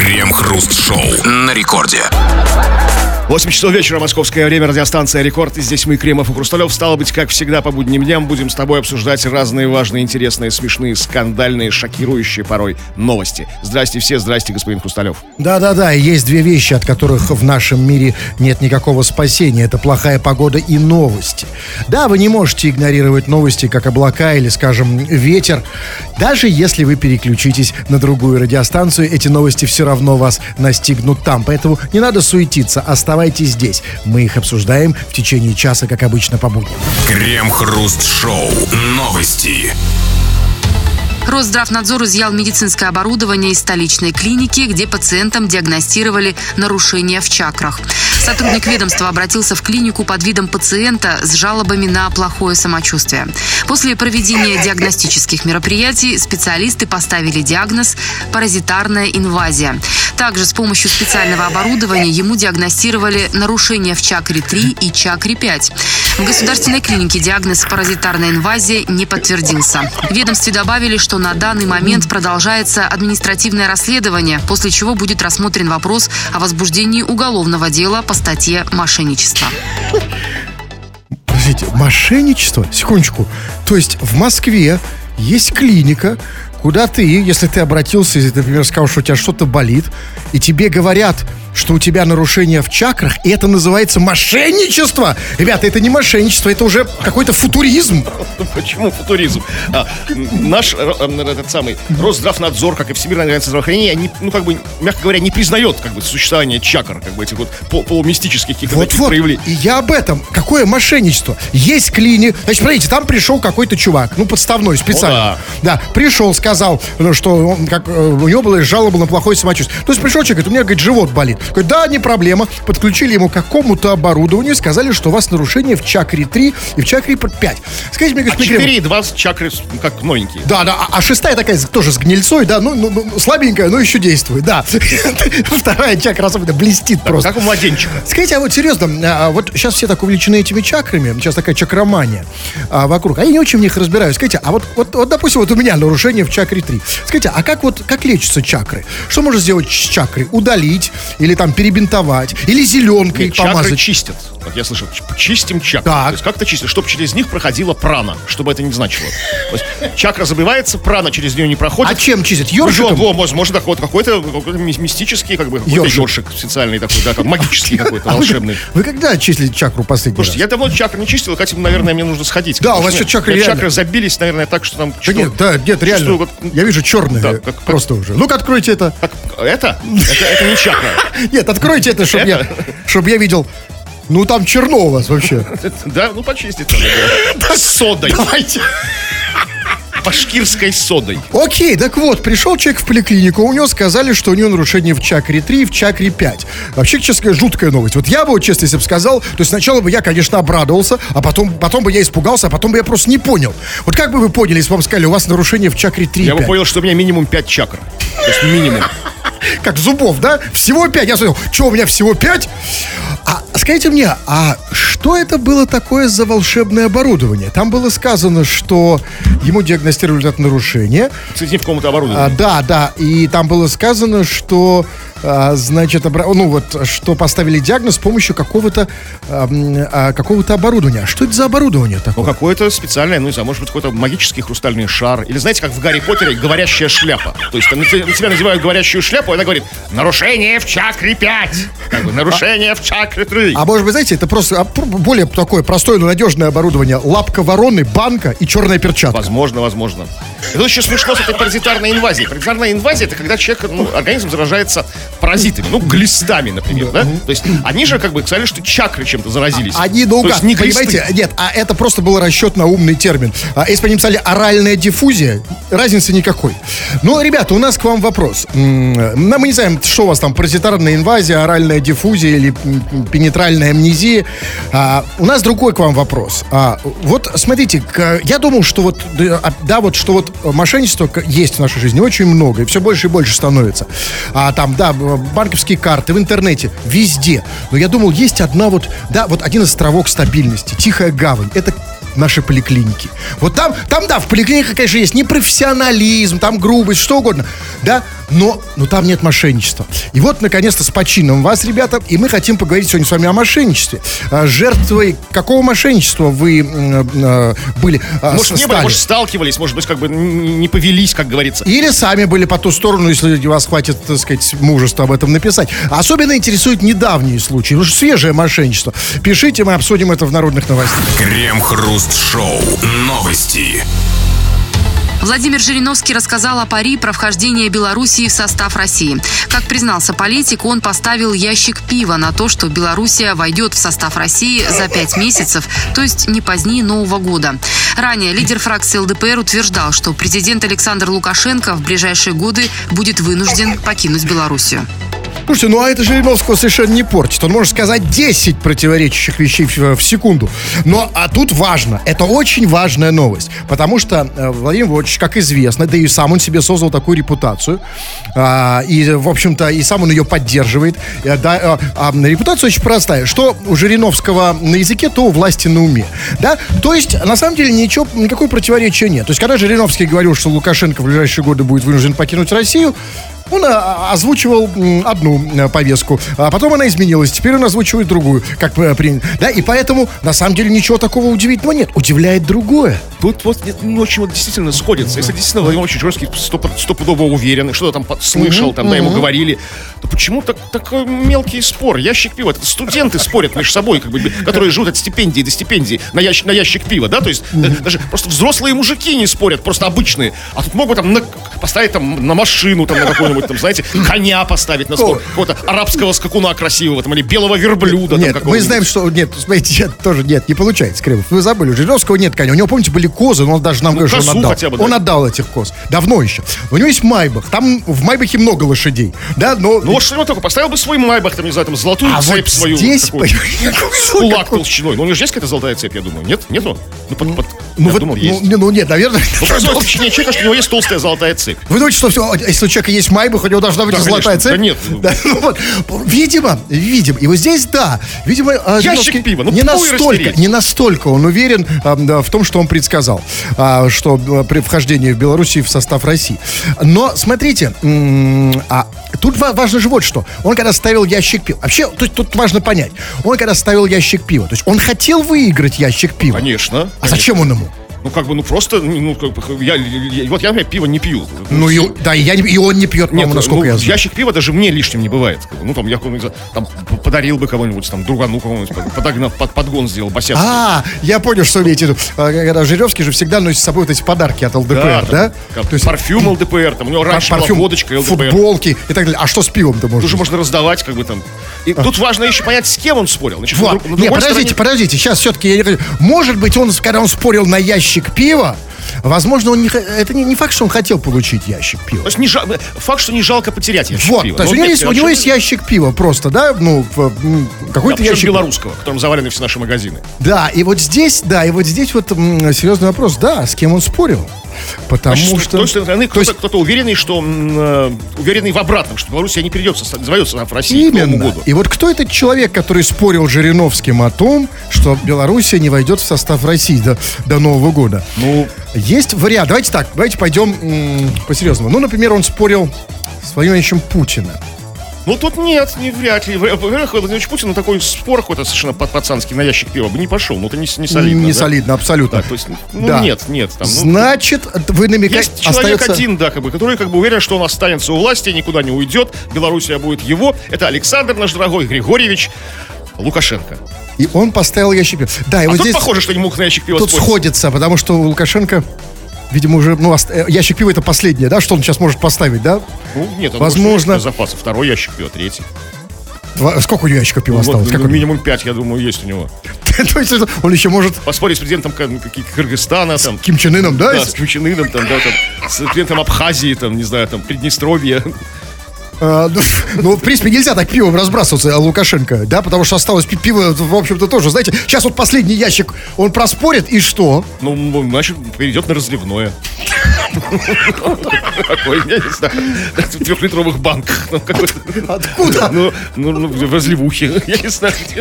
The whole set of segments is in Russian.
Крем-хруст-шоу на рекорде. 8 часов вечера, московское время, радиостанция «Рекорд». И здесь мы, Кремов и Хрусталев. Стало быть, как всегда, по будним дням будем с тобой обсуждать разные важные, интересные, смешные, скандальные, шокирующие порой новости. Здрасте все, здрасте, господин Хрусталев. Да-да-да, есть две вещи, от которых в нашем мире нет никакого спасения. Это плохая погода и новости. Да, вы не можете игнорировать новости, как облака или, скажем, ветер. Даже если вы переключитесь на другую радиостанцию, эти новости все равно вас настигнут там. Поэтому не надо суетиться, оставайтесь здесь. Мы их обсуждаем в течение часа, как обычно, по будням. Крем-хруст-шоу. Новости. Росздравнадзор изъял медицинское оборудование из столичной клиники, где пациентам диагностировали нарушения в чакрах. Сотрудник ведомства обратился в клинику под видом пациента с жалобами на плохое самочувствие. После проведения диагностических мероприятий специалисты поставили диагноз «паразитарная инвазия». Также с помощью специального оборудования ему диагностировали нарушения в чакре 3 и чакре 5. В государственной клинике диагноз «паразитарная инвазия» не подтвердился. В ведомстве добавили, что на данный момент продолжается административное расследование, после чего будет рассмотрен вопрос о возбуждении уголовного дела по статье «Мошенничество». Подождите, мошенничество? Секундочку. То есть в Москве есть клиника, куда ты, если ты обратился, если ты, например, сказал, что у тебя что-то болит, и тебе говорят, что у тебя нарушение в чакрах, и это называется мошенничество. Ребята, это не мошенничество, это уже какой-то футуризм. Почему футуризм? Наш этот самый Росздравнадзор, как и Всемирная организация здравоохранения, они, мягко говоря, не признает существование чакр, этих полумистических каких-то проявлений. И я об этом. Какое мошенничество? Есть клиника. Значит, смотрите, там пришел какой-то чувак, подставной, специально. Да, пришел, сказал, что у него была жалоба на плохое самочувствие. То есть пришел человек, говорит, у меня, живот болит. Говорит, да, не проблема. Подключили ему к какому-то оборудованию, сказали, что у вас нарушение в чакре 3 и в чакре 5. Скажите мне, господин 4 и 2 чакры как новенькие. Да, а шестая такая тоже с гнильцой, да, слабенькая, но еще действует, да. Вторая чакра особенно блестит просто. Как у младенчика. Скажите, а вот серьезно, вот сейчас все так увлечены этими чакрами, сейчас такая чакромания вокруг, а я не очень в них разбираюсь. Скажите, а вот допустим, у меня нарушение в чакре 3. Скажите, а как лечатся чакры? Что можно сделать с чакрой? Удалить или там перебинтовать, или зеленкой помазать. Чакры чистят. Вот я слышал, чистим чакры. Так. То есть как-то чистят, чтобы через них проходила прана, чтобы это не значило. То есть чакра забивается, прана через нее не проходит. А чем чистят? Ёршиком? Можно какой-то мистический, какой-то ёршик специальный такой, да, магический какой-то, волшебный. Вы когда чистили чакру последний раз? Я давно чакры не чистил, хотя, наверное, мне нужно сходить. Да, у вас что, чакры реально? Чакры забились, наверное, так, что там... Нет, реально. Я вижу черные, да, просто уже. Ну-ка, откройте это. Это? Это не чакра. Нет, откройте это, чтобы я видел. Там черно у вас вообще. Да, почистить надо. С содой. Давайте. Башкирской содой. Окей, так вот, пришел человек в поликлинику, у него сказали, что у него нарушение в чакре 3 и в чакре 5. Вообще, честно сказать, жуткая новость. Вот я бы, честно, если бы сказал, то сначала бы я, конечно, обрадовался, а потом бы я испугался, а потом бы я просто не понял. Вот как бы вы поняли, если бы вам сказали, у вас нарушение в чакре 3 и 5? Я бы понял, что у меня минимум 5 чакр. То есть минимум. Как зубов, да? Всего 5. Я сказал, что у меня всего 5? А скажите мне, а что это было такое за волшебное оборудование? Там было сказано, что ему диагностировали это нарушение. Соединив в каком-то оборудовании. Да. И там было сказано, что что поставили диагноз с помощью какого-то оборудования. А что это за оборудование такое? Какое-то специальное, может быть, какой-то магический хрустальный шар. Или, знаете, как в Гарри Поттере, говорящая шляпа. То есть на тебя надевают говорящую шляпу, и она говорит: нарушение в чакре 5. Нарушение в чакре 3. А может быть, знаете, это просто более такое простое, но надежное оборудование. Лапка вороны, банка и черная перчатка. Возможно. Это еще смешно с этой паразитарной инвазией. Паразитарная инвазия — это когда организм заражается паразитами, глистами, например, да? То есть они же сказали, что чакры чем-то заразились. Они наугад, понимаете? Нет, это просто был расчет на умный термин. Если бы они писали оральная диффузия, разницы никакой. Но, ребята, у нас к вам вопрос. Мы не знаем, что у вас там, паразитарная инвазия, оральная диффузия или пенетральная амнезия. У нас другой к вам вопрос. Вот, смотрите, я думал, что что мошенничество есть в нашей жизни очень много, и все больше и больше становится. Банковские карты в интернете, везде. Но я думал, есть один островок стабильности, тихая гавань. Это в наши поликлиники. Вот там, да, в поликлиниках, конечно, есть непрофессионализм, там грубость, что угодно, да, но там нет мошенничества. И вот, наконец-то, с почином вас, ребята, и мы хотим поговорить сегодня с вами о мошенничестве. Жертвой какого мошенничества вы были? Может, не были, может, сталкивались, может быть, как бы не повелись, как говорится. Или сами были по ту сторону, если у вас хватит, так сказать, мужества об этом написать. Особенно интересуют недавние случаи, потому что свежее мошенничество. Пишите, мы обсудим это в народных новостях. Крем-хруст-шоу. Новости. Владимир Жириновский рассказал о пари про вхождение Белоруссии в состав России. Как признался политик, он поставил ящик пива на то, что Белоруссия войдет в состав России за 5 месяцев, то есть не позднее Нового года. Ранее лидер фракции ЛДПР утверждал, что президент Александр Лукашенко в ближайшие годы будет вынужден покинуть Белоруссию. Слушайте, ну а это Жириновского совершенно не портит. Он может сказать 10 противоречащих вещей в секунду. Но а тут важно, это очень важная новость. Потому что Владимир Владимирович, как известно, да и сам он себе создал такую репутацию. И, в общем-то, и сам он ее поддерживает. Репутация очень простая. Что у Жириновского на языке, то у власти на уме. Да? То есть, на самом деле, никакого противоречия нет. То есть, когда Жириновский говорил, что Лукашенко в ближайшие годы будет вынужден покинуть Россию, он озвучивал одну повестку, а потом она изменилась. Теперь он озвучивает другую, как принято. Да, и поэтому, на самом деле, ничего такого удивительного нет. Удивляет другое. Тут вот не очень вот действительно сходится. Если действительно Владимир Владимирович Жириновский стопудово уверен, что-то там слышал, там, да, ему говорили, то почему такой мелкий спор? Ящик пива. Это студенты спорят между собой, как бы, которые живут от стипендии до стипендии на ящик пива, да? То есть даже просто взрослые мужики не спорят, просто обычные. А тут могут там поставить там на машину, там, на какую-нибудь, там, знаете, коня поставить на спор, какого-то арабского скакуна красивого, там, или белого верблюда. Нет, мы знаем, что, нет, смотрите, тоже нет, не получается, Кремов. Вы забыли, у Жириновского нет коня. У него, помните, были козы, но он даже нам говорит, что он отдал. Хотя бы, да. Он отдал этих коз. Давно еще. У него есть Майбах. Там в Майбахе много лошадей. Да, но... Ну, вот что только поставил бы свой Майбах, там, не знаю, там, золотую цепь вот свою. Здесь... Кулак толщиной. Ну, у него же есть какая-то золотая цепь, я думаю. Нет? Нету? Ну, я думал, есть. Ну, нет, наверное... Ну, впечатление человека, что у него есть толстая золотая цепь. Вы думаете, что если у человека есть Майбах, у него должна быть золотая цепь? Да нет. Да, ну, вот. Видимо. И вот здесь, да. Видимо, ящик пива. Ну, не настолько он уверен в том, что он предсказал, что при вхождении в Белоруссию в состав России. Но, смотрите, тут важно же вот что. Он когда ставил ящик пива... Вообще, тут важно понять. Он когда ставил ящик пива, то есть он хотел выиграть ящик пива? Конечно. А зачем он ему? Ну, как бы, ну, просто, ну, как бы, я, например, пиво не пью. Ну, и он не пьет, по-моему, насколько я знаю. Ящик пива даже мне лишним не бывает. Ну, там, я там подарил бы кого-нибудь, там, другану кого-нибудь, подогнал, подгон сделал, басяцкий. Я понял, что имеете в виду. Когда Жириновский же всегда носит с собой вот эти подарки от ЛДПр, да? То есть парфюм ЛДПр, там, у него раньше была водочка ЛДПр. Футболки и так далее. А что с пивом-то можно? Тут же можно раздавать, как бы, там. И тут важно еще понять, с кем он спорил. Значит, вот. Нет, подождите, сейчас все-таки, может быть, когда он спорил на ящик пива, возможно, это не факт, что он хотел получить ящик пива. То есть факт, что не жалко потерять ящик пива. То есть у него есть ящик пива просто, да? Ну, какой-то ящик белорусского, в котором завалены все наши магазины. Да, и вот здесь вот серьезный вопрос, да, с кем он спорил. Потому что... С той стороны, кто-то уверенный, что уверенный в обратном, что Белоруссия не перейдет в Россию к Новому году. И вот кто этот человек, который спорил с Жириновским о том, что Белоруссия не войдет в состав России до Нового года? Ну, есть вариант. Давайте пойдем по-серьезному. Ну, например, он спорил с Владимиром Ильичем Путиным. Ну, тут нет, вряд ли. Во-первых, Владимир Путин на такой спор какой-то совершенно пацанский на ящик пива бы не пошел. Ну, это не солидно. Не солидно, абсолютно. Да, то есть, нет. Там, значит, вы намекаете... Есть человек один, да, который уверен, что он останется у власти, никуда не уйдет. Белоруссия будет его. Это Александр, наш дорогой Григорьевич Лукашенко. И он поставил ящик пива. Да, и вот тут здесь... похоже, что не мог на ящик пива тут спорить. сходится, потому что у Лукашенко... Видимо, уже, ящик пива это последнее, да? Что он сейчас может поставить, да? Ну, нет, он возможно... может запасы. Второй ящик пива, третий. Сколько у него ящиков пива осталось? Минимум 5, я думаю, есть у него. То есть он еще может... Поспорить с президентом Кыргызстана. С Ким Чен Ыном, да? Да, с Ким Чен Ыном, с президентом Абхазии, там, не знаю, там, Приднестровья. Ну, в принципе, нельзя так пивом разбрасываться, Лукашенко, да, потому что осталось пиво, в общем-то, тоже, знаете, сейчас вот последний ящик, он проспорит, и что? Ну, значит, перейдет на разливное. Какой, я не знаю, в 3-литровых банках. Откуда? Ну, в разливухе, я не знаю где.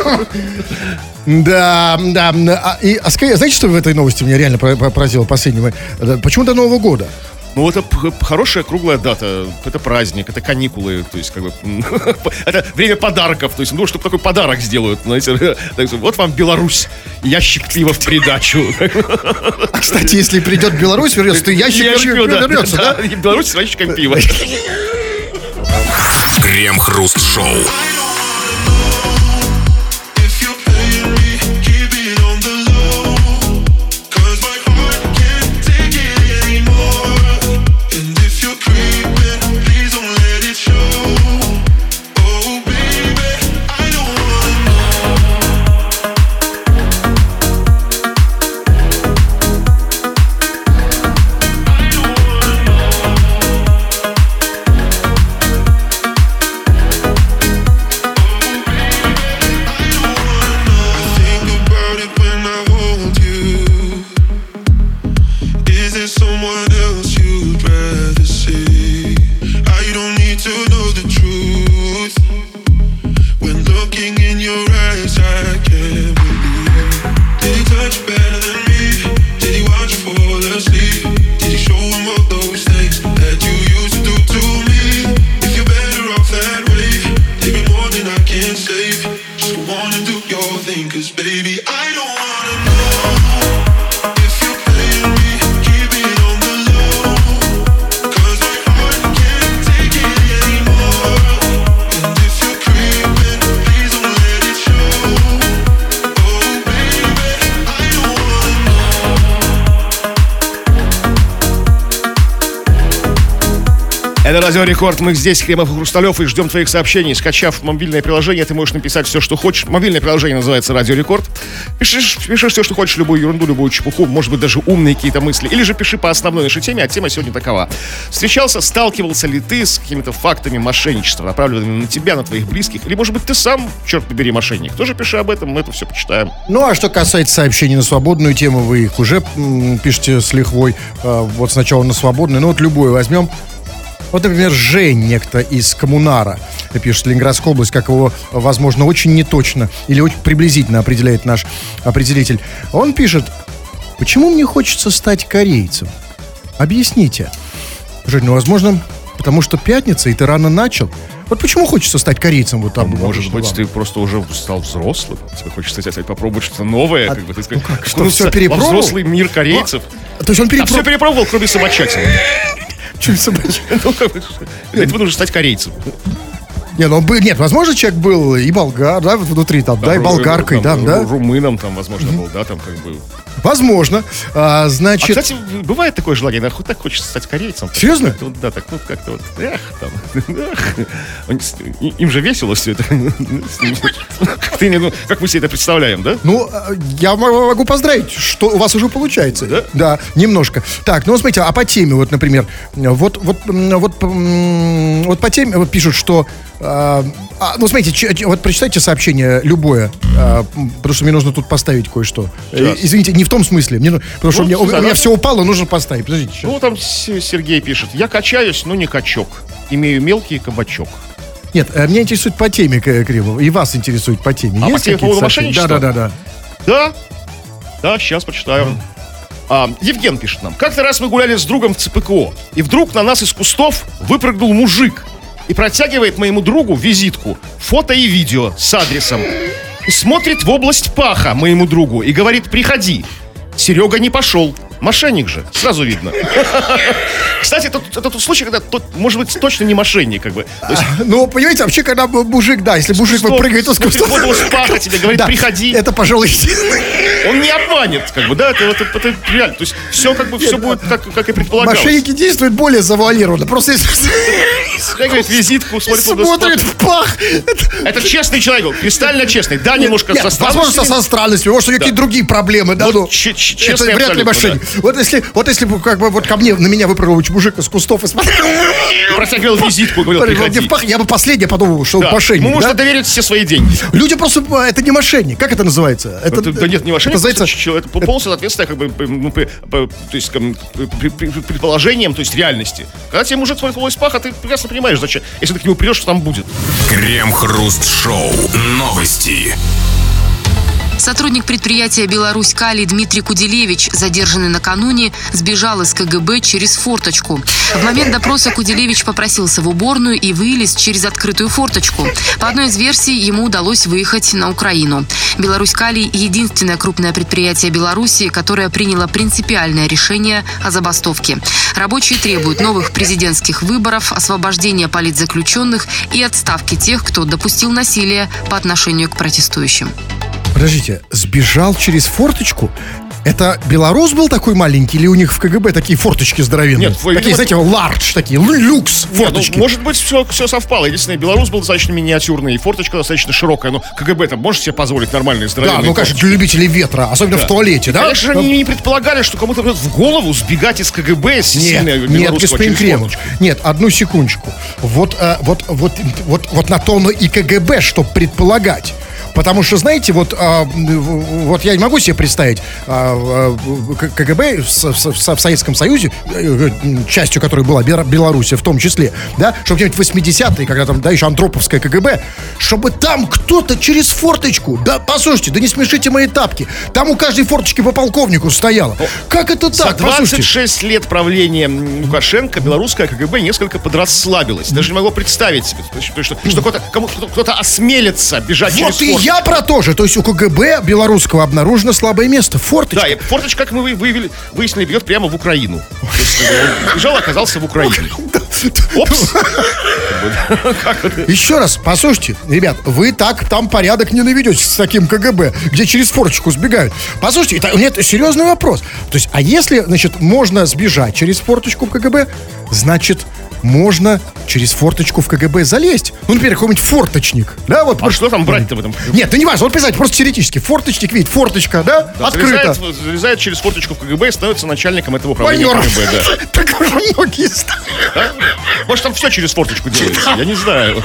Да. Знаете, что в этой новости меня реально поразило последнего? Почему до Нового года? Ну, это хорошая круглая дата, это праздник, это каникулы, то есть, как бы, это время подарков, то есть, ну, чтобы такой подарок сделают, знаете, вот вам Беларусь, ящик пива в придачу. Кстати, если придет Беларусь, вернется, то ящик пива вернется, да? Беларусь с ящиком пива. Крем-хруст-шоу. Это Радио Рекорд. Мы здесь, Кремов и Хрусталев, и ждем твоих сообщений. Скачав мобильное приложение, ты можешь написать все, что хочешь. Мобильное приложение называется Радио Рекорд. Пишешь все, что хочешь, любую ерунду, любую чепуху, может быть, даже умные какие-то мысли. Или же пиши по основной нашей теме, а тема сегодня такова. Сталкивался ли ты с какими-то фактами мошенничества, направленными на тебя, на твоих близких? Или, может быть, ты сам, черт побери, мошенник? Тоже пиши об этом, мы это все почитаем. Ну, а что касается сообщений на свободную тему, вы их уже пишете с лихвой. Вот сначала на свободную, ну вот любую возьмем. Вот, например, Жень, некто из Коммунара, пишет, Ленинградская область, как его, возможно, очень неточно или очень приблизительно определяет наш определитель. Он пишет: почему мне хочется стать корейцем? Объясните. Жень, ну, возможно, потому что пятница, и ты рано начал. Вот почему хочется стать корейцем? Вот там, может быть, ты просто уже стал взрослым. Тебе хочется опять попробовать что-то новое. Как бы, ты сказать, ну как, что, все перепробовал? Взрослый мир корейцев. То есть он все перепробовал, кроме собачатины. Чуть собачатины? Ну, как бы, для этого нужно стать корейцем. Нет, возможно, человек был и болгар, да, внутри там, да, и болгаркой, да. Румыном там, возможно, был, да, там как бы. Возможно. Значит... кстати, бывает такое желание, хоть так хочется стать корейцем. Серьезно? Как-то, да, так, ну, как-то вот, им же весело все это. Как мы себе это представляем, да? Ну, я могу поздравить, что у вас уже получается. Да? Да, немножко. Так, ну, смотрите, а по теме, вот, например, вот по теме вот пишут, что... ну, смотрите, вот прочитайте сообщение любое, потому что мне нужно тут поставить кое-что. Извините, не в том смысле, потому что у меня все упало, нужно поставить. Подождите. Сейчас. Ну, там Сергей пишет: я качаюсь, но не качок. Имею мелкий кабачок. Нет, меня интересует по теме, Кремов, и вас интересует по теме. А есть по теме по поводу мошенничества? Да. Да, сейчас почитаем. Евген пишет нам: как-то раз мы гуляли с другом в ЦПКО, и вдруг на нас из кустов выпрыгнул мужик и протягивает моему другу визитку, фото и видео с адресом. И смотрит в область паха моему другу и говорит: приходи. Серега не пошел. Мошенник же, сразу видно. Кстати, это тот случай, когда может быть точно не мошенник, как бы. Ну, понимаете, вообще, когда мужик, да, если мужик выпрыгивает из кустов, в область паха тебе говорит: приходи. Это, пожалуй, он не обманет, как бы, да, это реально. То есть все как бы все будет как и предполагалось. Мошенники действуют более завуалированно. Просто если говорит визитку, смотрит в пах. Это честный человек, кристально честный. Да, немножко со странностью. Возможно, со странностью, может, какие-то другие проблемы, да, ну. Честный вряд ли мошенник. Вот если бы как бы вот на меня выпрыгнул мужик из кустов и смотрел. Протягивал визитку, говорил, приходи. Я бы последнее подумал, что он мошенник. Ему можно доверить все свои деньги. Люди просто, это не мошенник. Как это называется? Да нет, не мошенник. Это полностью соответствие как бы, то есть, предположениям, то есть реальности. Когда тебе мужик смотрит в пах, а ты прекрасно понимаешь, зачем. Если ты к нему придешь, что там будет. Крем-хруст-шоу. Новости. Сотрудник предприятия «Беларусь-Калий» Дмитрий Куделевич, задержанный накануне, сбежал из КГБ через форточку. В момент допроса Куделевич попросился в уборную и вылез через открытую форточку. По одной из версий, ему удалось выехать на Украину. «Беларусь-Калий» – единственное крупное предприятие Беларуси, которое приняло принципиальное решение о забастовке. Рабочие требуют новых президентских выборов, освобождения политзаключенных и отставки тех, кто допустил насилие по отношению к протестующим. Подождите, сбежал через форточку? Это белорус был такой маленький, или у них в КГБ такие форточки здоровенные? Нет, такие, знаете, лардж, такие, люкс форточки. Может быть, все совпало. Единственное, белорус был достаточно миниатюрный, и форточка достаточно широкая. Но КГБ-то может себе позволить нормальные здоровенные Да, ну, конечно, для любителей ветра, особенно в туалете, да? Конечно, они не предполагали, что кому-то придет в голову сбегать из КГБ с сильной белорусского через форточку. Нет, одну секундочку. Вот на то оно и КГБ, чтобы предполагать. Потому что, знаете, вот я не могу себе представить КГБ в Советском Союзе, частью которой была Белоруссия в том числе, да, чтобы где-нибудь 80-е, когда там, да, еще Андроповское КГБ, чтобы там кто-то через форточку, да, послушайте, да не смешите мои тапки, там у каждой форточки по полковнику стояло. Как это так? За 26 лет правления Лукашенко белорусское КГБ несколько подрасслабилось. Даже не могу представить себе, что кто-то осмелится бежать через форточку. Я про то же. То есть у КГБ белорусского обнаружено слабое место. Форточка. Да, и форточка, как мы выяснили, ведет прямо в Украину. То есть, он бежал, оказался в Украине. Опс. Еще раз, послушайте, ребят, вы так там порядок не наведете с таким КГБ, где через форточку сбегают. Послушайте, у меня это серьезный вопрос. То есть, а если, значит, можно сбежать через форточку в КГБ, значит, можно через форточку в КГБ залезть. Ну, например, какой-нибудь форточник. Да, вот. А что там брать-то в этом? Нет, ну не важно, вот представьте, просто теоретически. Форточник, видите, форточка, да? Открыто. Залезает через форточку в КГБ и становится начальником этого управления КГБ, да. Так уже многие стали. Может, там все через форточку делается, я не знаю.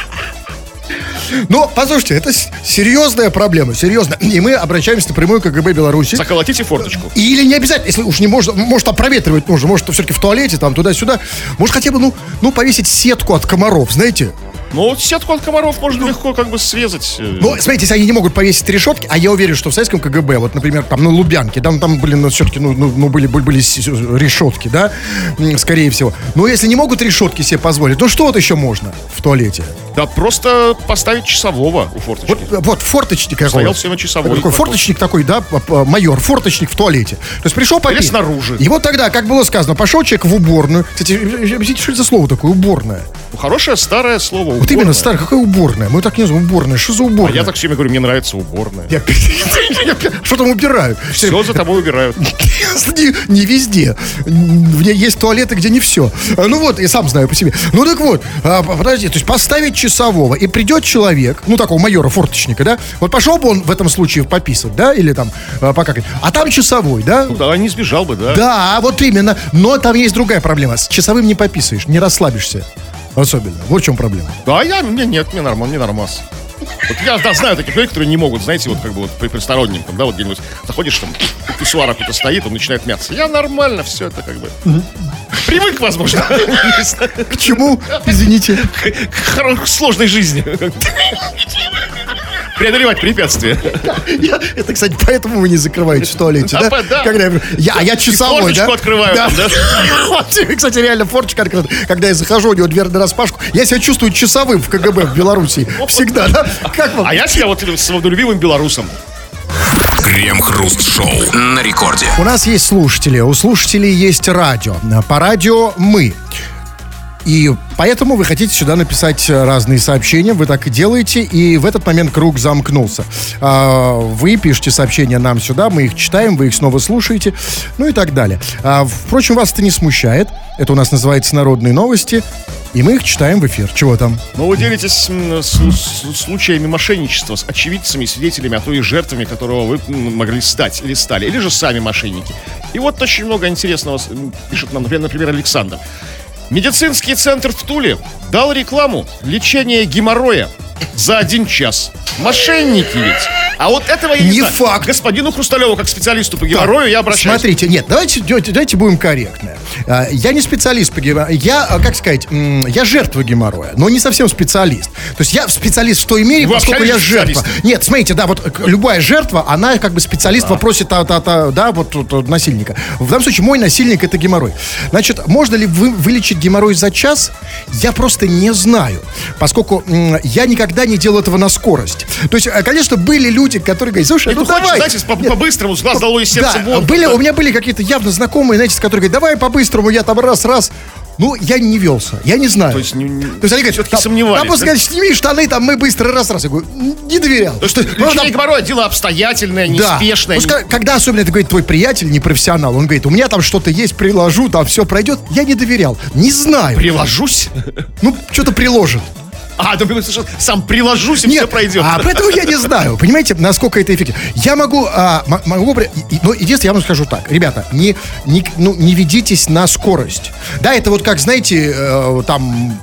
Но, послушайте, это серьезная проблема, серьезно. И мы обращаемся напрямую к КГБ Беларуси. Заколотите форточку. Или не обязательно, если уж не можно, может там проветривать нужно, может все-таки в туалете, там туда-сюда. Может хотя бы, ну повесить сетку от комаров, знаете? Ну, сетку от комаров можно легко как бы срезать. Ну, смотрите, если они не могут повесить решетки, а я уверен, что в советском КГБ, вот, например, там на Лубянке, там блин, все-таки, были решетки, да, скорее всего. Но если не могут решетки себе позволить, ну, что вот еще можно в туалете? Да просто поставить часового у форточки. Вот форточник какой. Стоял все на часовой. Такой форточник такой, да, майор, форточник в туалете. То есть пришел попить. Или снаружи. И вот тогда, как было сказано, пошел человек в уборную. Кстати, объясните, что это за слово такое, уборная? Ну, хорошее старое слово, уборная. Вот именно старое, какая уборная? Мы так не называем уборная, что за уборная? А я так все время говорю, мне нравится уборная. Что там убирают? Все за тобой убирают. Не везде. Есть туалеты, где не все. Ну вот, я сам знаю по себе. Ну так вот, подожди, то есть поставить часового, и придет человек, ну такого майора-форточника, да? Вот пошел бы он в этом случае пописать, да? Или там покакать. А там часовой, да? Ну да, не сбежал бы, да? Да, вот именно. Но там есть другая проблема. С часовым не пописаешь, не расслабишься. Особенно. Вот в чем проблема. Да, мне нормально, мне нормас. Вот я знаю таких людей, которые не могут, знаете, вот как бы вот при стороннем, там, да, вот где-нибудь заходишь, там, у писсуара кто-то стоит, он начинает мяться. Я нормально, все это как бы. Привык, возможно. К чему? Извините. К сложной жизни. Преодолевать препятствия. Это, кстати, поэтому вы не закрываете в туалете, да? Да. Я часовой, да? Форточку открываю, да? Кстати, реально форточка открыта. Когда я захожу, у него дверь нараспашку, я себя чувствую часовым в КГБ в Беларуси. Всегда, да? Как вам? А я себя вот свободолюбивым белорусом. Крем-хруст-шоу на рекорде. У нас есть слушатели, у слушателей есть радио. По радио мы. И поэтому вы хотите сюда написать разные сообщения, вы так и делаете, и в этот момент круг замкнулся. Вы пишете сообщения нам сюда, мы их читаем, вы их снова слушаете, ну и так далее. Впрочем, вас это не смущает, это у нас называется «Народные новости», и мы их читаем в эфир. Чего там? Ну, вы делитесь случаями мошенничества с очевидцами, свидетелями, а то и жертвами, которого вы могли стать или стали, или же сами мошенники. И вот очень много интересного пишет нам, например, Александр. Медицинский центр в Туле дал рекламу лечения геморроя за 1 час. Мошенники ведь. А вот этого я не знаю. Факт. Господину Хрусталеву, как специалисту по геморрою, я обращаюсь. Смотрите, нет, давайте будем корректны. Я не специалист по геморрою. Я жертва геморроя, но не совсем специалист. То есть я специалист в той мере, поскольку я жертва. Нет, смотрите, да, вот любая жертва, она как бы специалист в вопросе насильника. В данном случае мой насильник — это геморрой. Значит, можно ли вылечить геморрой за час? Я просто не знаю, поскольку я никогда не делал этого на скорость. То есть, конечно, были люди, которые говорят: слушай, давай. Знаете, по-быстрому, с глаз долой из сердца вон. У меня были какие-то явно знакомые, знаете, которые говорят: давай по-быстрому, я там раз. Ну, я не велся, я не знаю. То есть они говорят, все-таки сомневались. Там просто говорят: сними штаны, там мы быстро раз. Я говорю: не доверял. То есть лечение геморроя — дело обстоятельное, неспешное. Да. Когда особенно это говорит твой приятель, не профессионал, он говорит: у меня там что-то есть, приложу, там все пройдет. Я не доверял, не знаю. Приложусь? Ну, что-то приложит. Сам приложусь, и все пройдет. Поэтому я не знаю, понимаете, насколько это эффективно. Я могу но единственное, я вам скажу так: ребята, не ведитесь на скорость. Да, это вот как, знаете, там,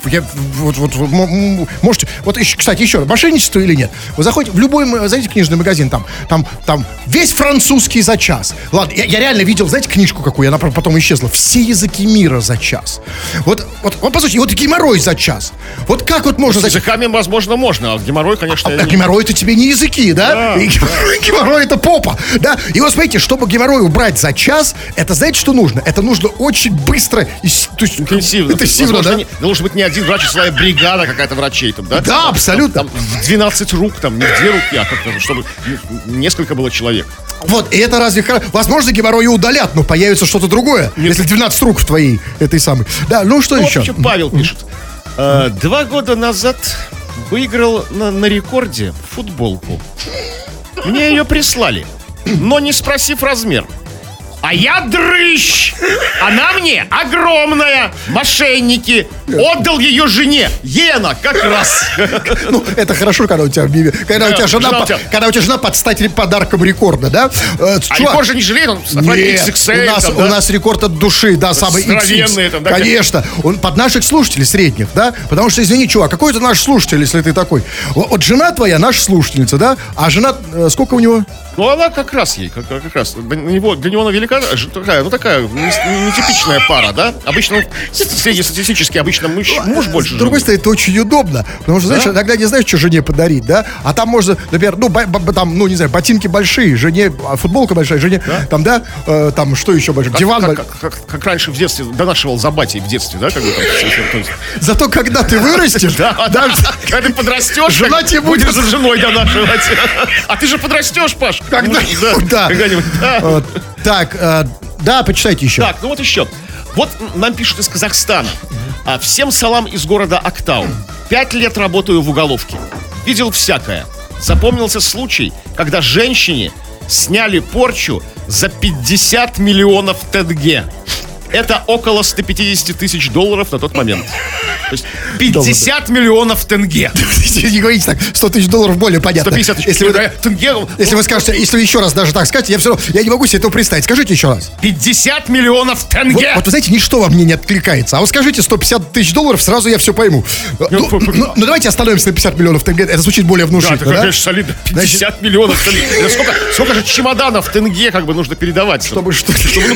можете, вот, кстати, еще, мошенничество или нет? Вы заходите в любой, знаете, книжный магазин, там весь французский за час. Ладно, я реально видел, знаете, книжку какую, она потом исчезла. Все языки мира за час. Вот послушайте, вот геморрой за час. Вот как вот можно... С языками, возможно, можно, а геморрой, конечно... Геморрой — это тебе не языки, да? Геморрой — это попа, да? И вот смотрите, чтобы геморрой убрать за час, это знаете, что нужно? Это нужно очень быстро... Интенсивно, да? Должен быть не один врач, а целая бригада какая-то врачей там, да? Да, абсолютно. Там 12 рук, там не 2 руки, а как-то, чтобы несколько было человек. Вот, и это разве хорошо? Возможно, геморрой удалят, но появится что-то другое, если 12 рук в твоей, этой самой. Да, ну что еще? Павел пишет. 2 года назад выиграл на рекорде футболку. Мне ее прислали, но не спросив размер. А я дрыщ! Она мне огромная! Мошенники! Отдал ее жене! Ей она как раз! Ну, это хорошо, когда у тебя когда у тебя жена под стать подарком рекорда, да? А рекорд же не жалеет, он XXL. У нас рекорд от души, да, самый XXL. Конечно, он под наших слушателей средних, да? Потому что, извини, чувак, какой ты наш слушатель, если ты такой? Вот жена твоя наша слушательница, да? А жена, сколько у него? Ну, она как раз ей, как раз. Для него она велика, такая нетипичная пара, да? Обычно, среднестатистически, обычно муж больше. С другой стороны, это очень удобно. Потому что, знаешь, иногда не знаешь, что жене подарить, да? А там можно, например, не знаю, ботинки большие, жене, футболка большая, жене, там, да? Там, что еще большое? Диван. Как раньше в детстве донашивал за батей в детстве, да? Зато когда ты вырастешь, когда ты подрастешь, жена тебе будешь за женой донашивать. А ты же подрастешь, Паш. Когда-нибудь, да. Так, да, почитайте еще. Так, ну вот еще. Вот нам пишут из Казахстана. Всем салам из города Актау. 5 лет работаю в уголовке. Видел всякое. Запомнился случай, когда женщине сняли порчу за 50 миллионов тенге. Это около 150 тысяч долларов на тот момент. То есть 50 миллионов тенге. Не говорите так, 100 тысяч долларов более понятно. 150 тысяч тенге. Если вы скажете, если еще раз даже так скажете, я не могу себе этого представить. Скажите еще раз. 50 миллионов тенге. Вот вы знаете, ничто во мне не откликается. А вот скажите 150 тысяч долларов, сразу я все пойму. Ну давайте остановимся на 50 миллионов тенге. Это звучит более внушительно, да? Конечно, солидно. 50 миллионов тенге. Сколько же чемоданов тенге как бы нужно передавать? Чтобы что?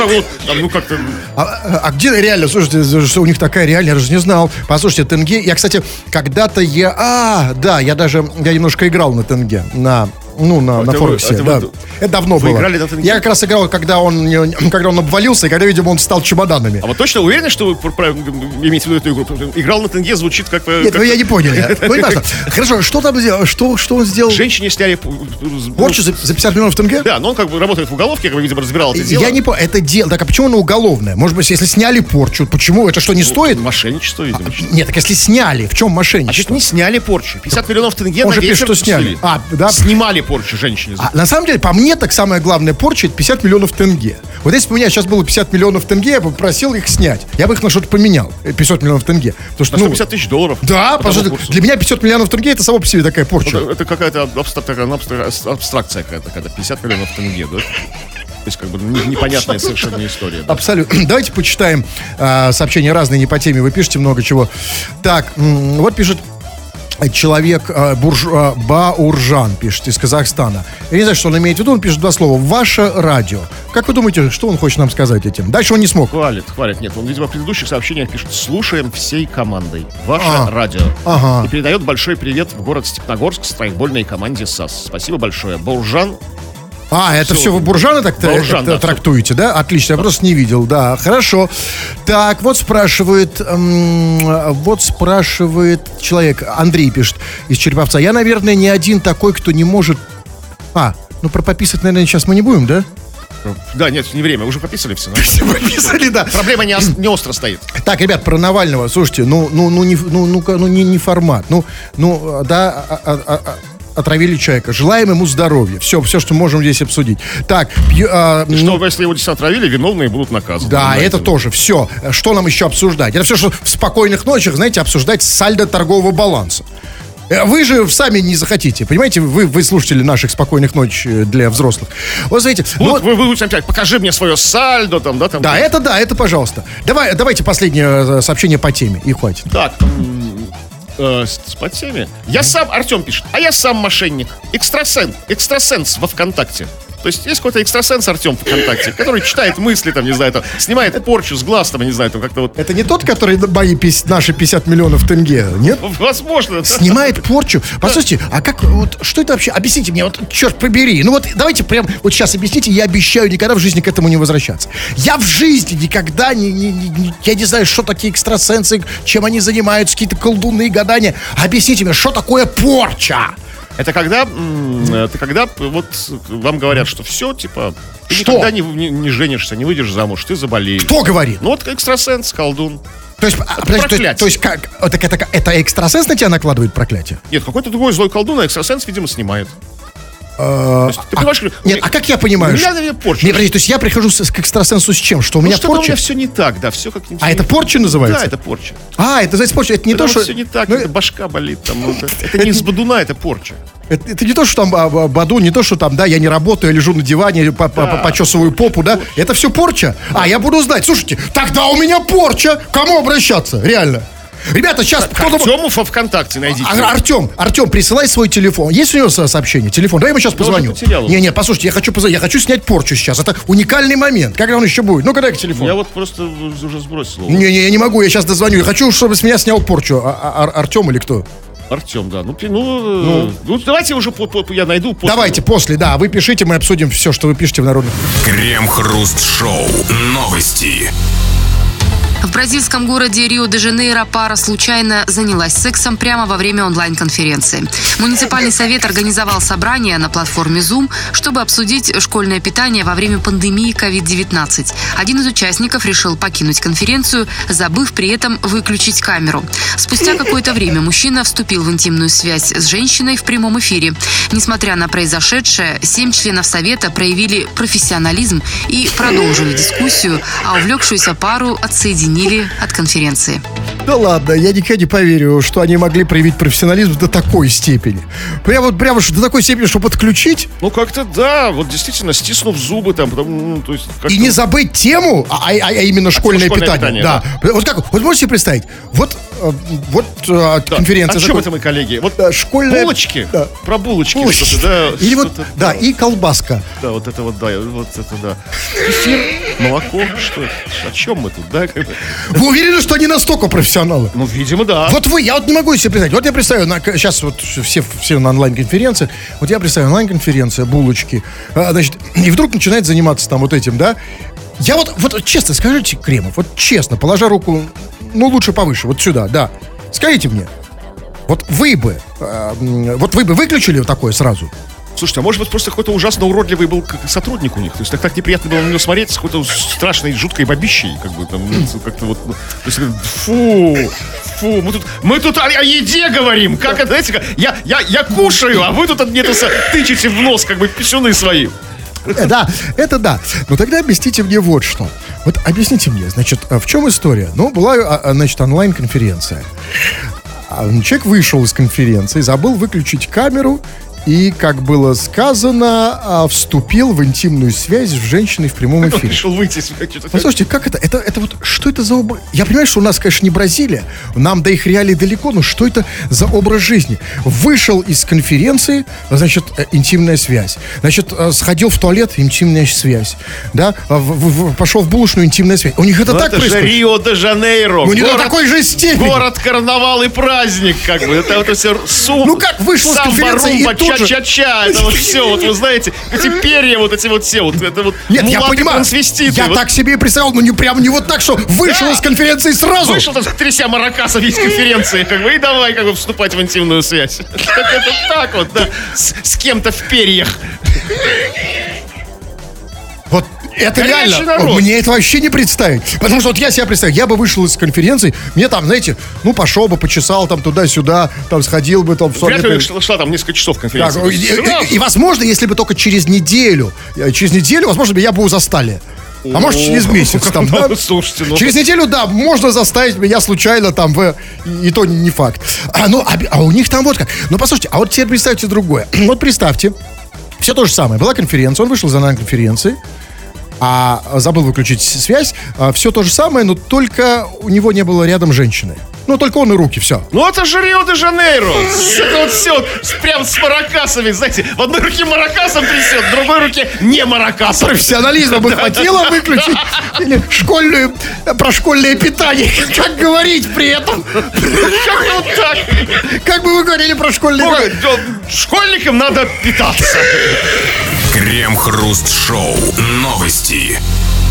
Ну как-то... А где реально, слушайте, что у них такая реальная, я даже не знал. Послушайте, тенге, я, кстати, когда-то я немножко играл на тенге, на на Форексе. Да. Это давно было. Играли на тенге? Я как раз играл, когда он обвалился, и когда, видимо, он стал чемоданами. А вы точно уверены, что вы имеете в виду эту игру? Играл на тенге звучит как... Нет, вы я не понял. Хорошо, что там сделал? Что он сделал? Женщине сняли... Порчу за 50 миллионов тенге? Да, но он как бы работает в уголовке, как бы, видимо, разбирал это дело. Я не понял, это дело... Так, а почему оно уголовное? Может быть, если сняли порчу, почему? Это что, не стоит? Мошенничество, видимо. Нет, так если сняли, в чем А мошенничество? чуть не сняли порчу. 50 миллионов тенге Он на же вечер пишет, что сняли. пустили. Да. Снимали порчу женщине. На самом деле, по мне, так самая главная порча — это 50 миллионов тенге. Вот если бы у меня сейчас было 50 миллионов тенге, я бы попросил их снять. Я бы их на что-то поменял. 50 миллионов тенге. Потому что, На 150 тысяч долларов. Да, пожалуйста. Для меня 50 миллионов тенге — это само по себе такая порча. Это какая-то абстракция какая-то. 50 миллионов тенге, да? То есть, как бы, непонятная совершенно история. Да? Абсолютно. Давайте почитаем сообщения разные, не по теме. Вы пишете много чего. Так, вот пишет человек Бауржан, пишет, из Казахстана. Я не знаю, что он имеет в виду, он пишет два слова. Ваше радио. Как вы думаете, что он хочет нам сказать этим? Дальше он не смог. Хвалит. Нет, он, видимо, в предыдущих сообщениях пишет: слушаем всей командой. Ваше радио. Ага. И передает большой привет в город Степногорск страйкбольной команде САС. Спасибо большое. Бауржан. Это все вы Буржана так Бауржан, да, трактуете, да? Отлично, я просто не видел, да, хорошо. Так, вот спрашивает человек, Андрей пишет из Череповца. Я, наверное, не один такой, кто не может... про пописать, наверное, сейчас мы не будем, да? Да, нет, не время, уже пописали все. Все пописали, да. Проблема не остро стоит. Так, ребят, про Навального, слушайте, не формат. Отравили человека. Желаем ему здоровья. Все, что можем здесь обсудить. Так, что, если его действительно отравили, виновные будут наказаны. Да, это тоже. Все. Что нам еще обсуждать? Это все, что в спокойных ночах, знаете, обсуждать сальдо торгового баланса. Вы же сами не захотите, понимаете? Вы слушатели наших спокойных ночей для взрослых. Вот знаете... Вы будете опять: покажи мне свое сальдо, там, да? Там, да, это пожалуйста. Давайте последнее сообщение по теме, и хватит. Так, по теме. Артем пишет: а я сам мошенник. Экстрасенс во ВКонтакте. То есть есть какой-то экстрасенс Артем в ВКонтакте, который читает мысли, там, не знаю, там, снимает порчу с глаз, там, не знаю, там, как-то вот. Это не тот, который наши 50 миллионов тенге, нет? Возможно. Снимает порчу. Послушайте, а как, что это вообще? Объясните мне, черт побери. Давайте прям сейчас объясните, я обещаю никогда в жизни к этому не возвращаться. Я в жизни никогда я не знаю, что такие экстрасенсы, чем они занимаются, какие-то колдуны, гадания. Объясните мне, что такое порча? Это когда вот вам говорят, что все, типа, ты что? никогда не женишься, не выйдешь замуж, ты заболеешь. Кто говорит? Экстрасенс, колдун. То есть как? Это экстрасенс на тебя накладывает проклятие? Нет, какой-то другой злой колдун, а экстрасенс, видимо, снимает. Ты понимаешь, как я понимаю? У меня порча. Нет, подожди, то есть я прихожу к экстрасенсу с чем? Что у меня порча? У меня все не так, да, все как-нибудь. Это порча называется? Да, это порча. Это называется порча, это не то, что... все не так, это башка болит, там, это не из бадуна, это порча. Это не то, что там баду, не то, что там, да, я не работаю, я лежу на диване, почесываю попу, да? Это все порча? Я буду знать. Слушайте, тогда у меня порча. К кому обращаться? Реально. Ребята, сейчас кто-то... Артему во ВКонтакте найдите. Артем, присылай свой телефон. Есть у него сообщение? Телефон. Давай ему сейчас позвоню. Не, послушайте, я хочу снять порчу сейчас. Это уникальный момент. Когда он еще будет? Ну-ка, дай телефон. Я вот просто уже сбросил. Не, я не могу, я сейчас дозвоню. Я хочу, чтобы с меня снял порчу. Артем или кто? Артем, да. Давайте уже я найду. Давайте после, да. Вы пишите, мы обсудим все, что вы пишете в народных. Крем-хруст-шоу. Новости. В бразильском городе Рио-де-Жанейро пара случайно занялась сексом прямо во время онлайн-конференции. Муниципальный совет организовал собрание на платформе Zoom, чтобы обсудить школьное питание во время пандемии COVID-19. Один из участников решил покинуть конференцию, забыв при этом выключить камеру. Спустя какое-то время мужчина вступил в интимную связь с женщиной в прямом эфире. Несмотря на произошедшее, 7 членов совета проявили профессионализм и продолжили дискуссию, а увлекшуюся пару отсоединили от конференции. Да ладно, я никогда не поверю, что они могли проявить профессионализм до такой степени. Прямо до такой степени, чтобы подключить. Как-то да, вот действительно, стиснув зубы там, то есть... И не забыть тему, а именно школьное питание. Да. Вот можете себе представить, конференция. О чем это мы, коллеги? Школьная... Булочки? Да. Про булочки. Или и колбаска. Да, вот это да. Кефир, молоко, что это? О чем мы тут, да? Вы уверены, что они настолько профессиональны? профессионалы. Ну, видимо, да. Вот я вот не могу себе представить. Вот я представляю, сейчас вот все на онлайн-конференции. Вот я представляю, онлайн-конференция, булочки. Значит, и вдруг начинает заниматься там вот этим, да. Я вот честно, скажите, Кремов, вот честно, положа руку, ну, лучше повыше, вот сюда, да. Скажите мне, вот вы бы выключили такое сразу? Слушайте, а может быть просто какой-то ужасно уродливый был сотрудник у них? То есть так неприятно было на него смотреть с какой-то страшной, жуткой бабищей, как бы там, как-то вот, то есть, фу, мы тут о еде говорим, как это, знаете, я кушаю, а вы тут мне тычете в нос, как бы, писюны свои. Да, это да. Но тогда объясните мне вот что. Вот объясните мне, значит, в чем история? Ну, была, значит, онлайн-конференция. Человек вышел из конференции, забыл выключить камеру и, как было сказано, вступил в интимную связь с женщиной в прямом эфире. Решил выйти. Послушайте, как это? Это вот, что это за образ? Я понимаю, что у нас, конечно, не Бразилия, нам до их реалий далеко, но что это за образ жизни? Вышел из конференции, значит, интимная связь. Значит, сходил в туалет, интимная связь. Да? Пошел в булочную, интимная связь. У них это так происходит. Это же Рио-де-Жанейро. Ну, не до такой же степени. Город, карнавал и праздник, как бы. Это все сум. Ну, как вышел из конференции и тут ча-ча-ча, это вот все, вот вы знаете, эти перья, вот эти вот все, вот это вот. Нет, я понимаю, трансвеститы. Я так себе и представил, но не вот так, что вышел из конференции сразу. Вышел, тряся маракаса из конференции, как бы, и давай, как бы, вступать в интимную связь. Это так вот, да, с кем-то в перьях. Вот это реально, мне это вообще не представить. Потому что вот я себя представляю, я бы вышел из конференции, мне там, знаете, ну, пошел бы, почесал там туда-сюда, там сходил бы там в туалет. Вряд ли шла там несколько часов конференции. И, возможно, если бы только через неделю, возможно, я бы его застали. А может, через месяц там, да? Слушайте, через неделю, да, можно заставить меня случайно там, и то не факт. А у них там вот как. Ну, послушайте, а вот теперь представьте другое. Вот представьте, все то же самое. Была конференция, он вышел из онлайн-конференции, забыл выключить связь. Все то же самое, но только у него не было рядом женщины. Ну, только он и руки, все. Ну, это же Рио-де-Жанейро. Это вот все, прям с маракасами, знаете. В одной руке маракасом трясет, в другой руке не маракасом. Профессионализма бы хватило выключить. Или про школьное питание. Как говорить при этом? Как вот так? Как бы вы говорили про школьное питание? Школьникам надо питаться. Крем-хруст-шоу. Новости.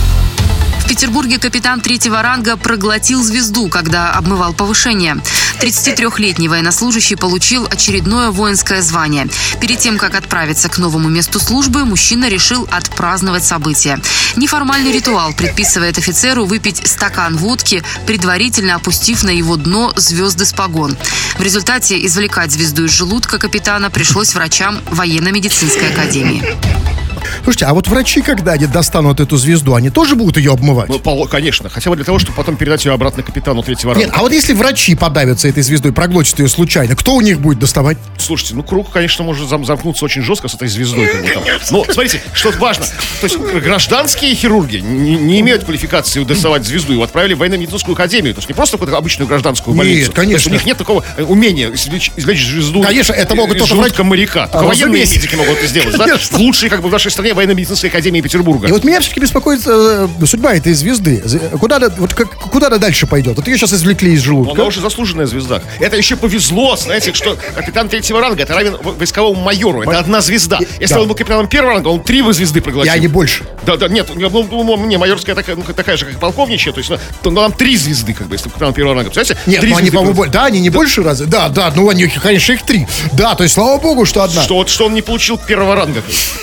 В Петербурге капитан 3-го ранга проглотил звезду, когда обмывал повышение. 33-летний военнослужащий получил очередное воинское звание. Перед тем, как отправиться к новому месту службы, мужчина решил отпраздновать событие. Неформальный ритуал предписывает офицеру выпить стакан водки, предварительно опустив на его дно звезды с погон. В результате извлекать звезду из желудка капитана пришлось врачам военно-медицинской академии. Слушайте, а вот врачи, когда они достанут эту звезду, они тоже будут ее обмывать? Ну, конечно, хотя бы для того, чтобы потом передать ее обратно капитану 3-го ранга. Нет, а вот если врачи подавятся этой звездой, проглотят ее случайно, кто у них будет доставать? Слушайте, ну круг, конечно, может замкнуться очень жестко с этой звездой. Как бы, там. Но, смотрите, что важно. То есть гражданские хирурги не имеют квалификации доставать звезду. Его отправили в военно-медицинскую академию. То есть не просто какую-то обычную гражданскую больницу. Нет, конечно. То есть у них нет такого умения извлечь звезду. Конечно, это могут только желудка моряка. Только военные медики могут это сделать. Да? В лучшей, как бы, в нашей стране военно-медицинской академии Петербурга. И вот меня все-таки беспокоит судьба этой звезды. Куда она дальше пойдет? Вот ее сейчас извлекли из желудка. Она уже заслуженная звезда. Это еще повезло, знаете, что капитан 3-го ранга это равен войсковому майору. Это одна звезда. Если он был капитаном 1-го ранга, он 3 звезды проглотил. Я не больше. Да, нет, не, майорская такая же, как и полковничья. То есть, нам 3 звезды, как бы, если капитан 1-го ранга. Представляете? Нет, ну они, по-моему, да, они не больше раза. Да, ну они, конечно, их 3. Да, то есть, слава богу, что одна. Что он не получил 1-го ранга.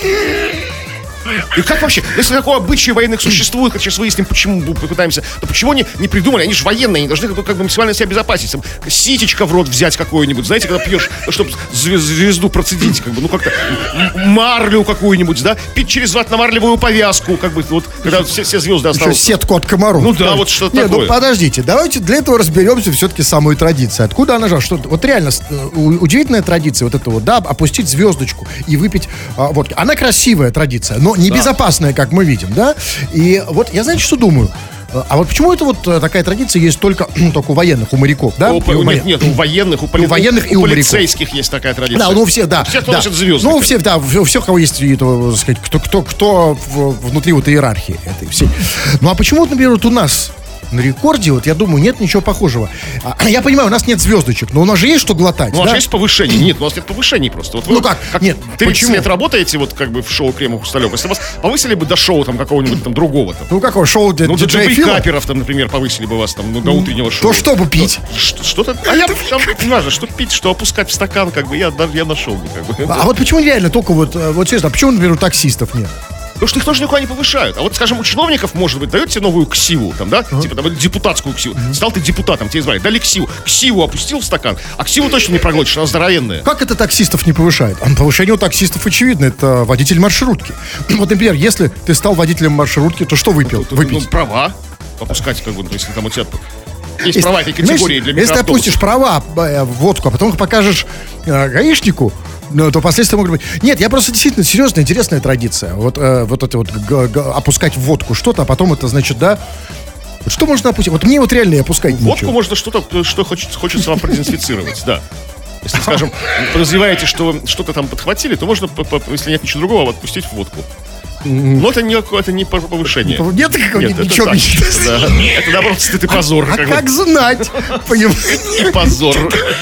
И как вообще, если такое обычай военных существует, как сейчас выясним, почему попытаемся, то почему они не придумали, они же военные, они должны как бы максимально себя обезопасить, там, ситечко в рот взять какое-нибудь, знаете, когда пьешь, чтобы звезду процедить, как бы, ну как-то марлю какую-нибудь, да, пить через ватно-марлевую повязку, как бы, вот, когда все звезды останутся. Еще сетку от комаров. Ну да, вот что-то такое. Ну подождите, давайте для этого разберемся все-таки самой традицией. Откуда она же, что вот реально удивительная традиция, вот это вот, да, опустить звездочку и выпить водки. Она красивая традиция, но небезопасная, как мы видим, да? И вот я, знаете, что думаю? А вот почему это вот такая традиция есть только у военных, у моряков, да? Нет, у военных, у полицейских есть такая традиция. Да, ну у всех, да. У всех, кто носит звезды. Ну, у всех, да, у всех, у кого есть, так сказать, кто внутри вот иерархии этой всей. Ну, а почему, вот, например, вот у нас на рекорде, вот я думаю, нет ничего похожего. Я понимаю, у нас нет звездочек, но у нас же есть что глотать. Ну, у нас же есть повышение. Нет, у нас нет повышений просто. Вот вы, Ну как? Нет, 30 почему? лет работаете вот как бы в шоу Кремов Хрусталев. Если вас повысили бы до шоу там какого-нибудь там другого там. Ну какого шоу для Ну, диджея для Фила? каперов там, например, повысили бы вас там, ну, до утреннего шоу. То что бы пить? Что-то. А я там не важно, что пить, что опускать в стакан, как бы я нашел бы, как бы. А вот почему реально только вот серьезно, а почему, например, у таксистов нет? Потому что их тоже никуда не повышают. А вот, скажем, у чиновников, может быть, дают тебе новую ксиву, там, да? Типа, там, депутатскую ксиву. Стал ты депутатом, тебе избрали. Дали ксиву. Ксиву опустил в стакан, а ксиву точно не проглотишь, она здоровенная. Как это таксистов не повышает? Повышение у таксистов очевидно, это водитель маршрутки. Вот, например, если ты стал водителем маршрутки, то что выпить? Ну, права опускать, как бы, если там у тебя есть права этой категории для Если ты микроавтобусов. опустишь права в водку, а потом их покажешь гаишнику, ну, то последствия могут быть. Нет, я просто действительно серьезная, интересная традиция. Вот это вот опускать в водку что-то, а потом это значит, да. Вот что можно опустить? Вот мне вот реально опускать ничего. Водку можно что хочется вам продезинфицировать, да. Если, скажем, подозреваете, что вы что-то там подхватили, то можно, если нет ничего другого, отпустить в водку. Но это не повышение. Нет какого-нибудь это ничего. так, да. Это, наоборот, стыд и позор. А как знать? И позор.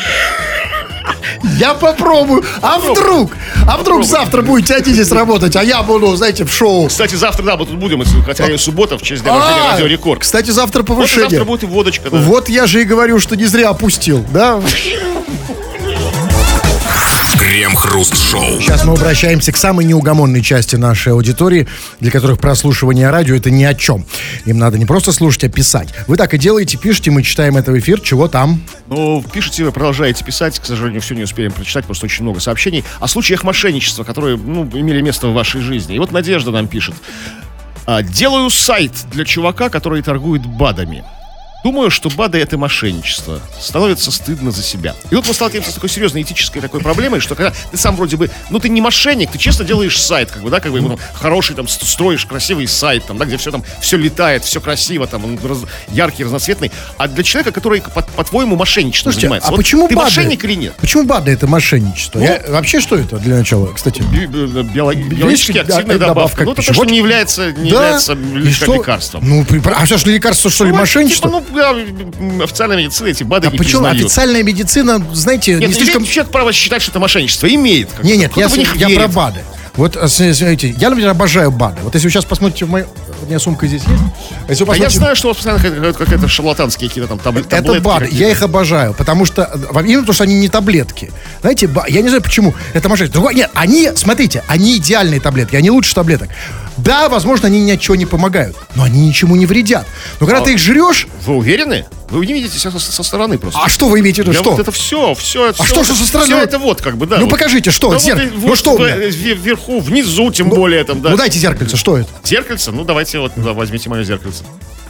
Я попробую. А вдруг завтра будете одни здесь работать, а я буду, знаете, в шоу. Кстати, завтра, да, мы тут будем, хотя и суббота, в честь дня рождения Радио Рекорд. Кстати, завтра повышение. Завтра будет и водочка, да. Вот я же и говорю, что не зря опустил, да? Крем-хруст-шоу. Сейчас мы обращаемся к самой неугомонной части нашей аудитории, для которых прослушивание радио — это ни о чем. Им надо не просто слушать, а писать. Вы так и делаете, пишите, мы читаем это в эфир. Чего там? Ну, пишите, вы продолжаете писать. К сожалению, все не успеем прочитать, просто очень много сообщений о случаях мошенничества, которые, имели место в вашей жизни. И вот Надежда нам пишет. Делаю сайт для чувака, который торгует БАДами. Думаю, что БАДы — это мошенничество. Становится стыдно за себя. И вот мы сталкиваемся с такой серьезной этической такой проблемой, что когда ты сам вроде бы, ты не мошенник, ты честно делаешь сайт, как бы, да, как бы, там, хороший, там, строишь красивый сайт, там, да, где все летает, все красиво, там, он яркий, разноцветный. А для человека, который, по-твоему, мошенничеством занимается. А почему ты БАДы? Мошенник или нет? Почему БАДы — это мошенничество? Вообще, что это для начала, кстати? Биологически активная добавка. Это то, что не является лекарством. А что ж, лекарство, что ли, мошенничество? Официальная медицина эти БАДы не почему признает. официальная медицина, знаете, Нет, не слишком... имеет человек право считать, что это мошенничество. Имеет. Нет, я про БАДы. Вот, смотрите, я, например, обожаю БАДы. Вот если вы сейчас посмотрите, у меня сумка здесь есть. Если я знаю, что у вас постоянно какие-то шарлатанские какие-то там таблетки. Это БАДы, я их обожаю, потому что, именно потому что они не таблетки. Знаете, я не знаю почему, это мошенничество. Нет, смотрите, они идеальные таблетки, они лучше таблеток. Да, возможно, они ни от чего не помогают, но они ничему не вредят. Но когда ты их жрешь... Вы уверены? Вы не видите себя со стороны просто. А что вы имеете в виду? Что? Вот это все. А что со стороны? Все это вот как бы, да. Ну вот. покажите, что? Да, вот, что? Вверху, внизу, тем более там, да. Ну дайте зеркальце, что это? Зеркальце? Ну давайте вот, возьмите мое зеркальце.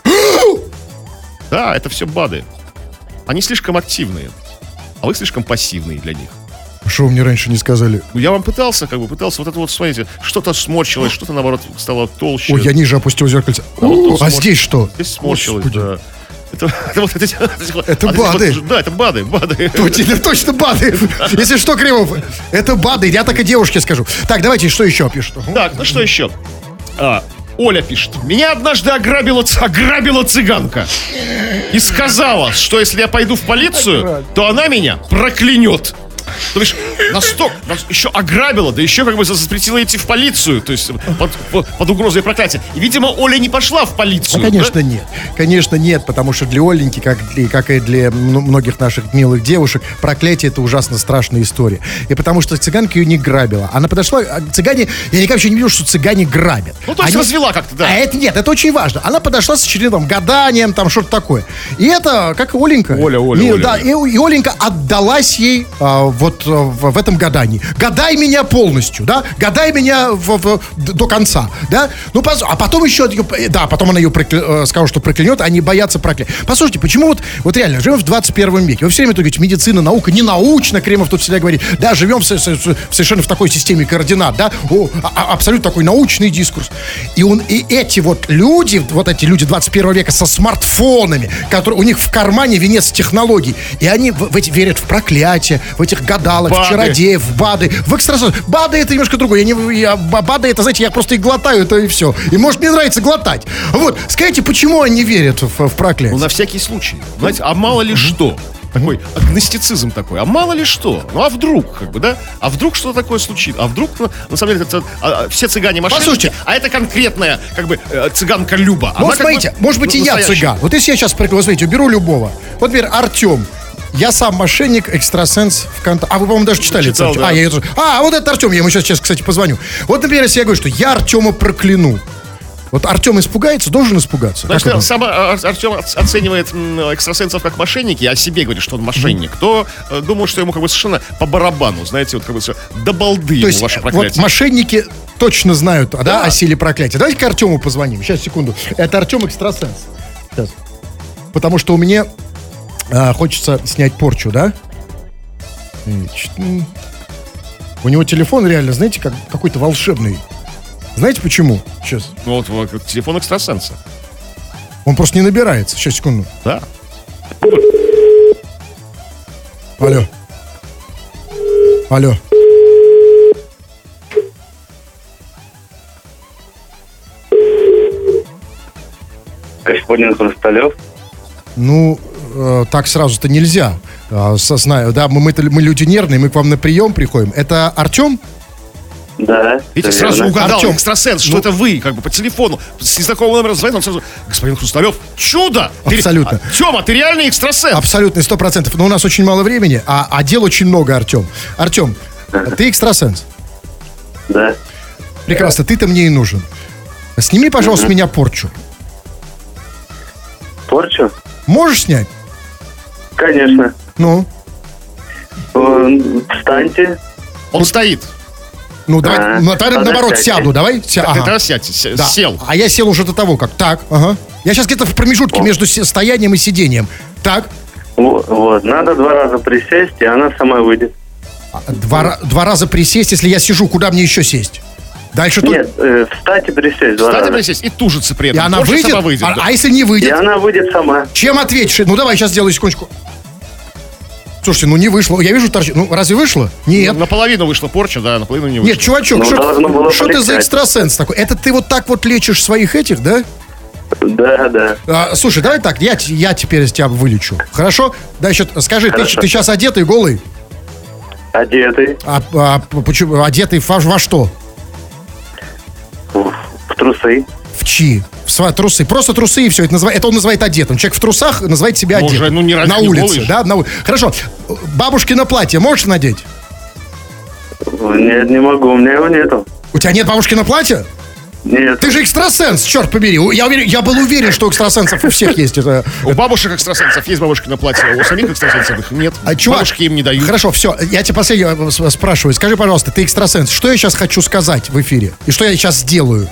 Да, это все БАДы. Они слишком активные, а вы слишком пассивные для них. Что вы мне раньше не сказали? Ну, я вам пытался вот это вот, смотрите, что-то сморщилось, что-то, наоборот, стало толще. Ой, я ниже опустил зеркальце. А здесь что? Здесь сморщилось, да. Это БАДы. Да, это БАДы. Точно БАДы. Если что, Кремов, это БАДы. Я так и девушке скажу. Так, давайте, что еще пишут? Так, ну что еще? Оля пишет. Меня однажды ограбила цыганка. И сказала, что если я пойду в полицию, то она меня проклянет. То есть настолько еще ограбила, да еще как бы запретила идти в полицию, то есть под угрозой проклятия. И, видимо, Оля не пошла в полицию. Ну, конечно, да? Нет. Конечно, нет, потому что для Оленьки, как и для многих наших милых девушек, проклятие — это ужасно страшная история. И потому что цыганка ее не грабила. Она подошла, цыгане, я никогда вообще не видел, что цыгане грабят. Ну, то есть развела как-то, да. А это нет, это очень важно. Она подошла с очередным гаданием, там что-то такое. И это, как Оленька. Оля. Да, и Оленька отдалась ей вот в этом гадании. Гадай меня полностью, да? Гадай меня до конца, да? Ну, а потом еще, да, потом она ее сказала, что проклянет, они боятся проклятия. Послушайте, почему вот реально, живем в 21 веке, вы все время говорите, медицина, наука, не научно, Кремов тут всегда говорит, да, живем совершенно в такой системе координат, да, абсолютно такой научный дискурс. И эти вот люди 21 века со смартфонами, которые у них в кармане венец технологий, и они верят в проклятие, в этих гаданиях, гадалок, в БАДы. чародеев, в БАДы, в экстрасенсов. БАДы это немножко другое. БАДы это, знаете, я просто их глотаю, это и все. И может мне нравится глотать. Вот, скажите, почему они верят в проклятие? Ну, на всякий случай. Знаете, а мало ли что. Такой агностицизм такой. А мало ли что. Ну, а вдруг, как бы, да? А вдруг что такое случится? А вдруг, на самом деле, все цыгане мошенники, Послушайте. а это конкретная, как бы, цыганка Люба. Она, Вот как смотрите, бы, может быть и я настоящая. цыган. Вот если я сейчас, вот смотрите, уберу любого. Вот, например, Артем. Я сам мошенник, экстрасенс ВКонтакте. А вы, по-моему, даже читали. Читал, это? да. Я ее тоже. Вот это Артем, я ему сейчас, кстати, позвоню. Вот, например, если я говорю, что я Артема прокляну. Вот Артем испугается, должен испугаться. Значит, Как это? сам Артем оценивает экстрасенсов как мошенники, а о себе говорит, что он мошенник, то думаю, что ему как бы совершенно по барабану, знаете, вот как бы все, до балды То ему есть, ваше вот проклятие. мошенники точно знают, да, о силе проклятия. Давайте к Артему позвоним. Сейчас, секунду. Это Артем экстрасенс. Сейчас. Потому что у меня хочется снять порчу, да? У него телефон реально, знаете, как какой-то волшебный. Знаете почему? Сейчас. Ну, вот телефон экстрасенса. Он просто не набирается. Сейчас, секунду. Да. Алло. Алло. Господин Хрусталев. Ну, так сразу-то нельзя. Знаю, да, мы люди нервные, мы к вам на прием приходим. Это Артем? Да. Видите, всё сразу верно. угадал Артем, экстрасенс, что ну- это вы, как бы по телефону, с незнакомого номера звонит, он сразу, господин Хрусталев, чудо! Абсолютно. Тёма, ты реальный экстрасенс! Абсолютно, 100%. Но у нас очень мало времени, а дел очень много, Артем. Артем, ты экстрасенс? Да. Прекрасно, ты-то мне и нужен. Сними, пожалуйста, с меня порчу. Порчу? Можешь снять? Конечно. Ну? Встаньте. Он стоит. Ну, давай, наоборот, подождите. сяду, давай. Ты раз сядьте, Да. сел. А я сел уже до того, как. Так, ага. Я сейчас где-то в промежутке между стоянием и сидением. Так, Вот. Надо 2 раза присесть, и она сама выйдет. два раза присесть, если я сижу, куда мне еще сесть? Дальше тут. Нет, встать и присесть 2 Кстати, раза. присесть и тужится при И этом. она Порча выйдет? сама выйдет, да. А если не И выйдет? она выйдет сама. Чем ответишь? Ну, давай, сейчас сделаю секундочку. Слушайте, ну не вышло. Я вижу, торчит. Ну, разве вышло? Нет. Наполовину вышла порча, да, наполовину не вышла. Нет, чувачок, Ну, должно было что ты за полегчать. экстрасенс такой? Это ты вот так вот лечишь своих этих, да? Да. Слушай, давай так, я теперь тебя вылечу. Хорошо? Да, еще скажи, ты Хорошо. сейчас одетый, голый? Одетый. Почему? Одетый во что? В трусы. В чьи? В свои трусы. Просто трусы и все. Это он называет одетым. Человек в трусах называет себя Ну, одетым. уже, ну, не на не улице, голый же. да? Хорошо. Бабушкино платье можешь надеть? Нет, не могу, у меня его нету. У тебя нет бабушкино платья? Нет. Ты же экстрасенс, черт побери. Я был уверен, что у экстрасенсов у всех есть это. У бабушек экстрасенсов есть бабушкино платье, а у самих экстрасенсов их нет. Чувак, Бабушки им не дают. Хорошо, все. Я тебя последнего спрашиваю. Скажи, пожалуйста, ты экстрасенс. Что я сейчас хочу сказать в эфире? И что я сейчас сделаю?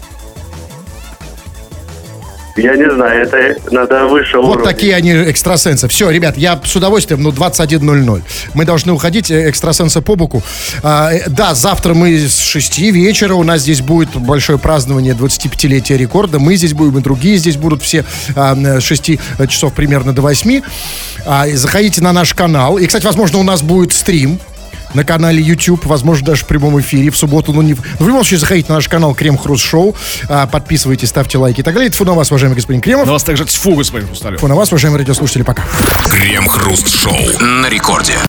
Я не знаю, это надо выше Вот уровня. такие они экстрасенсы. Все, ребят, я с удовольствием, 21:00. Мы должны уходить, экстрасенсы по боку. Да, завтра мы с 6 вечера, у нас здесь будет большое празднование 25-летия рекорда. Мы здесь будем, и другие здесь будут все с 6 часов примерно до 8. Заходите на наш канал. И, кстати, возможно, у нас будет стрим на канале YouTube, возможно, даже в прямом эфире в субботу. Но в любом случае, заходите на наш канал Крем Хруст Шоу, подписывайтесь, ставьте лайки и так далее. Тьфу на вас, уважаемый господин Кремов. На вас также тьфу, господин Хрусталев. Тьфу на вас, уважаемые радиослушатели, пока. Крем-хруст-шоу на рекорде.